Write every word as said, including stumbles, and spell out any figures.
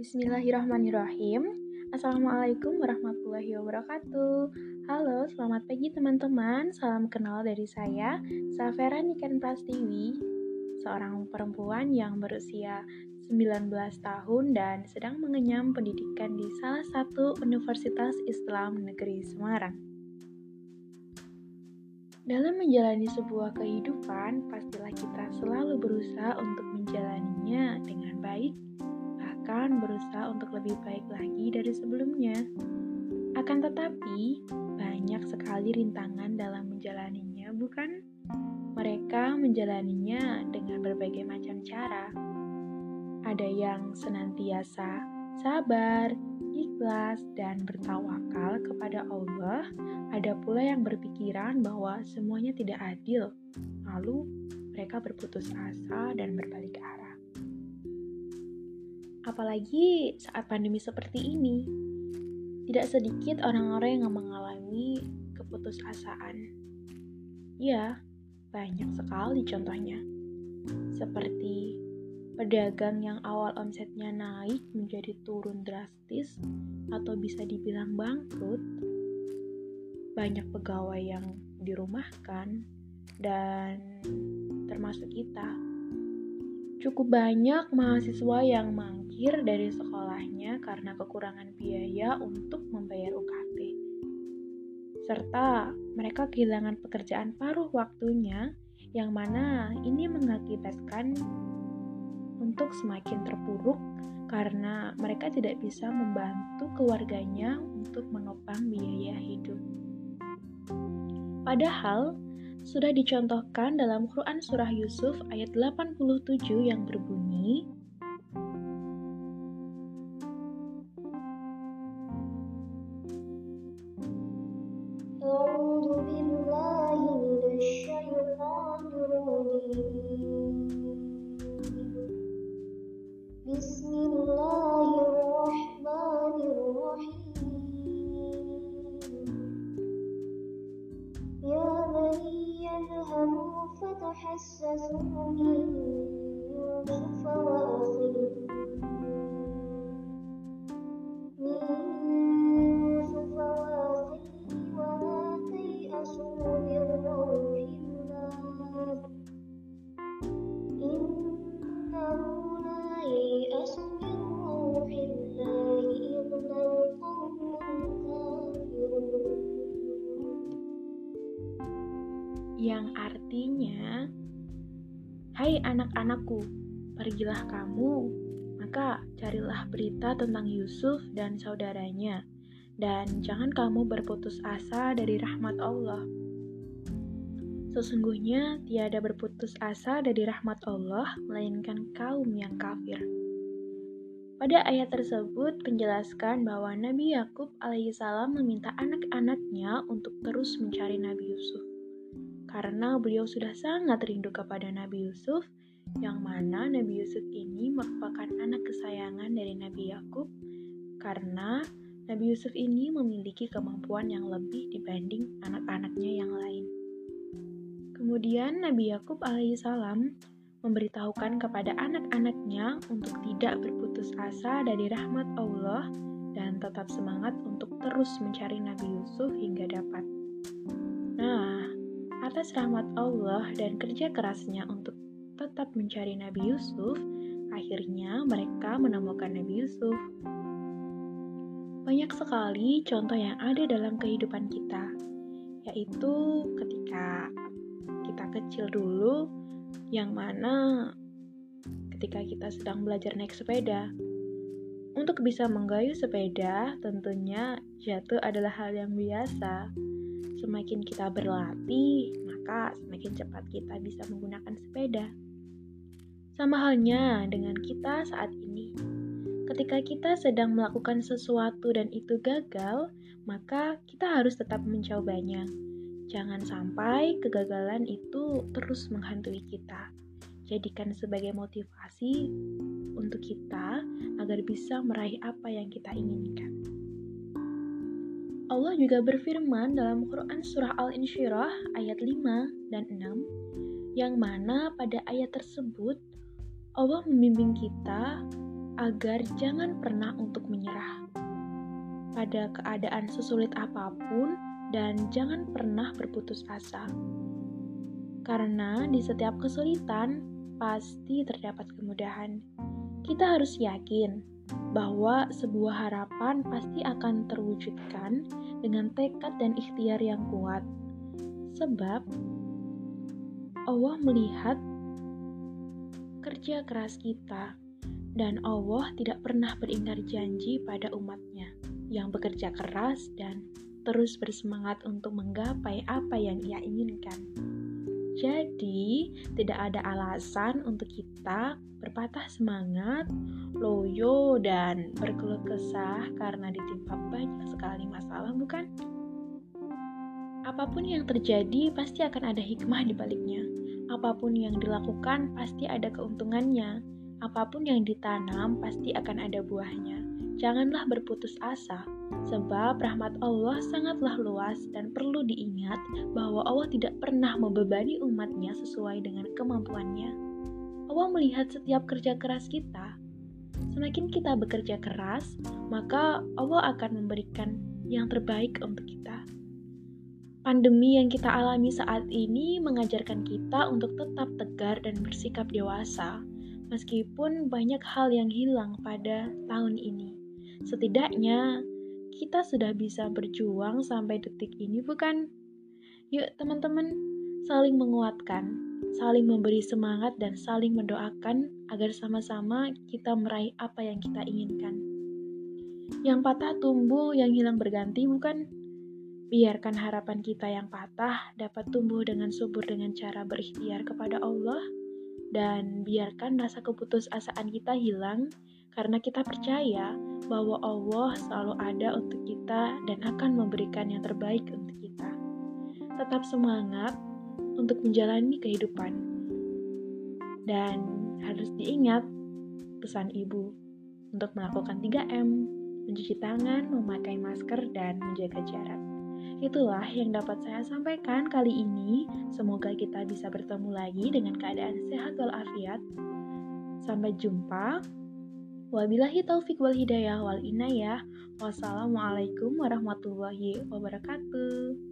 Bismillahirrahmanirrahim. Assalamualaikum warahmatullahi wabarakatuh. Halo, selamat pagi teman-teman. Salam kenal dari saya, Safera Niken Prastiwi, seorang perempuan yang berusia sembilan belas tahun dan sedang mengenyam pendidikan di salah satu Universitas Islam Negeri Semarang. Dalam menjalani sebuah kehidupan, pastilah kita selalu berusaha untuk menjalaninya dengan baik, bahkan berusaha untuk lebih baik lagi dari sebelumnya. Akan tetapi, banyak sekali rintangan dalam menjalaninya, bukan? Mereka menjalaninya dengan berbagai macam cara. Ada yang senantiasa sabar, ikhlas, dan bertawakal kepada Allah. Ada pula yang berpikiran bahwa semuanya tidak adil, lalu mereka berputus asa dan berbalik arah. Apalagi saat pandemi seperti ini, tidak sedikit orang-orang yang mengalami keputusasaan. Ya, banyak sekali contohnya. Seperti pedagang yang awal omsetnya naik menjadi turun drastis atau bisa dibilang bangkrut. Banyak pegawai yang dirumahkan dan termasuk kita. Cukup banyak mahasiswa yang mangkir dari sekolahnya karena kekurangan biaya untuk membayar U K T. Serta mereka kehilangan pekerjaan paruh waktunya yang mana ini mengakibatkan untuk semakin terpuruk karena mereka tidak bisa membantu keluarganya untuk menopang biaya hidup. Padahal, sudah dicontohkan dalam Quran Surah Yusuf ayat delapan puluh tujuh yang berbunyi, A'udzu billahi minasyaitonir rajim. Bismillahirrahmanirrahim. Ya bani yadhhabu fatahassasu min Yusuf wa akhihi min Yusuf wa akhihi wa la tay'asu min rawhillah innahu la ya'asu min rawhillahi illal qawmul kafirun. yang artinya, hai anak-anakku, pergilah kamu, maka carilah berita tentang Yusuf dan saudaranya, dan jangan kamu berputus asa dari rahmat Allah. Sesungguhnya tiada berputus asa dari rahmat Allah, melainkan kaum yang kafir. Pada ayat tersebut penjelaskan bahwa Nabi Yakub alaihissalam meminta anak-anaknya untuk terus mencari Nabi Yusuf. Karena beliau sudah sangat rindu kepada Nabi Yusuf, yang mana Nabi Yusuf ini merupakan anak kesayangan dari Nabi Yakub, karena Nabi Yusuf ini memiliki kemampuan yang lebih dibanding anak-anaknya yang lain. Kemudian Nabi Yakub alaihissalam memberitahukan kepada anak-anaknya untuk tidak berputus asa dari rahmat Allah dan tetap semangat untuk terus mencari Nabi Yusuf hingga dapat. Nah, atas rahmat Allah dan kerja kerasnya untuk tetap mencari Nabi Yusuf, akhirnya mereka menemukan Nabi Yusuf. Banyak sekali contoh yang ada dalam kehidupan kita, yaitu ketika kita kecil dulu, yang mana ketika kita sedang belajar naik sepeda. Untuk bisa menggayuh sepeda, tentunya jatuh adalah hal yang biasa. Semakin kita berlatih, maka semakin cepat kita bisa menggunakan sepeda. Sama halnya dengan kita saat ini. Ketika kita sedang melakukan sesuatu dan itu gagal, maka kita harus tetap mencobanya. Jangan sampai kegagalan itu terus menghantui kita. Jadikan sebagai motivasi untuk kita agar bisa meraih apa yang kita inginkan. Allah juga berfirman dalam Quran Surah Al-Insyirah ayat lima dan enam, yang mana pada ayat tersebut Allah membimbing kita agar jangan pernah untuk menyerah pada keadaan sesulit apapun dan jangan pernah berputus asa. Karena di setiap kesulitan pasti terdapat kemudahan. Kita harus yakin bahwa sebuah harapan pasti akan terwujudkan dengan tekad dan ikhtiar yang kuat. Sebab Allah melihat kerja keras kita dan Allah tidak pernah beringkar janji pada umatnya yang bekerja keras dan terus bersemangat untuk menggapai apa yang Ia inginkan. Jadi, tidak ada alasan untuk kita berpatah semangat, loyo, dan berkeluh kesah karena ditimpa banyak sekali masalah, bukan? Apapun yang terjadi pasti akan ada hikmah di baliknya. Apapun yang dilakukan pasti ada keuntungannya. Apapun yang ditanam pasti akan ada buahnya. Janganlah berputus asa, sebab rahmat Allah sangatlah luas dan perlu diingat bahwa Allah tidak pernah membebani umatnya sesuai dengan kemampuannya. Allah melihat setiap kerja keras kita. Semakin kita bekerja keras, maka Allah akan memberikan yang terbaik untuk kita. Pandemi yang kita alami saat ini mengajarkan kita untuk tetap tegar dan bersikap dewasa, meskipun banyak hal yang hilang pada tahun ini. Setidaknya, kita sudah bisa berjuang sampai detik ini, bukan? Yuk teman-teman, saling menguatkan, saling memberi semangat dan saling mendoakan agar sama-sama kita meraih apa yang kita inginkan. Yang patah tumbuh, yang hilang berganti, bukan? Biarkan harapan kita yang patah dapat tumbuh dengan subur dengan cara berikhtiar kepada Allah, dan biarkan rasa keputusasaan kita hilang karena kita percaya bahwa Allah selalu ada untuk kita dan akan memberikan yang terbaik untuk kita. Tetap semangat untuk menjalani kehidupan. Dan harus diingat pesan ibu untuk melakukan tiga M, mencuci tangan, memakai masker, dan menjaga jarak. Itulah yang dapat saya sampaikan kali ini. Semoga kita bisa bertemu lagi dengan keadaan sehat walafiat. Sampai jumpa. Wabillahi taufik wal hidayah wal inayah. Wassalamualaikum warahmatullahi wabarakatuh.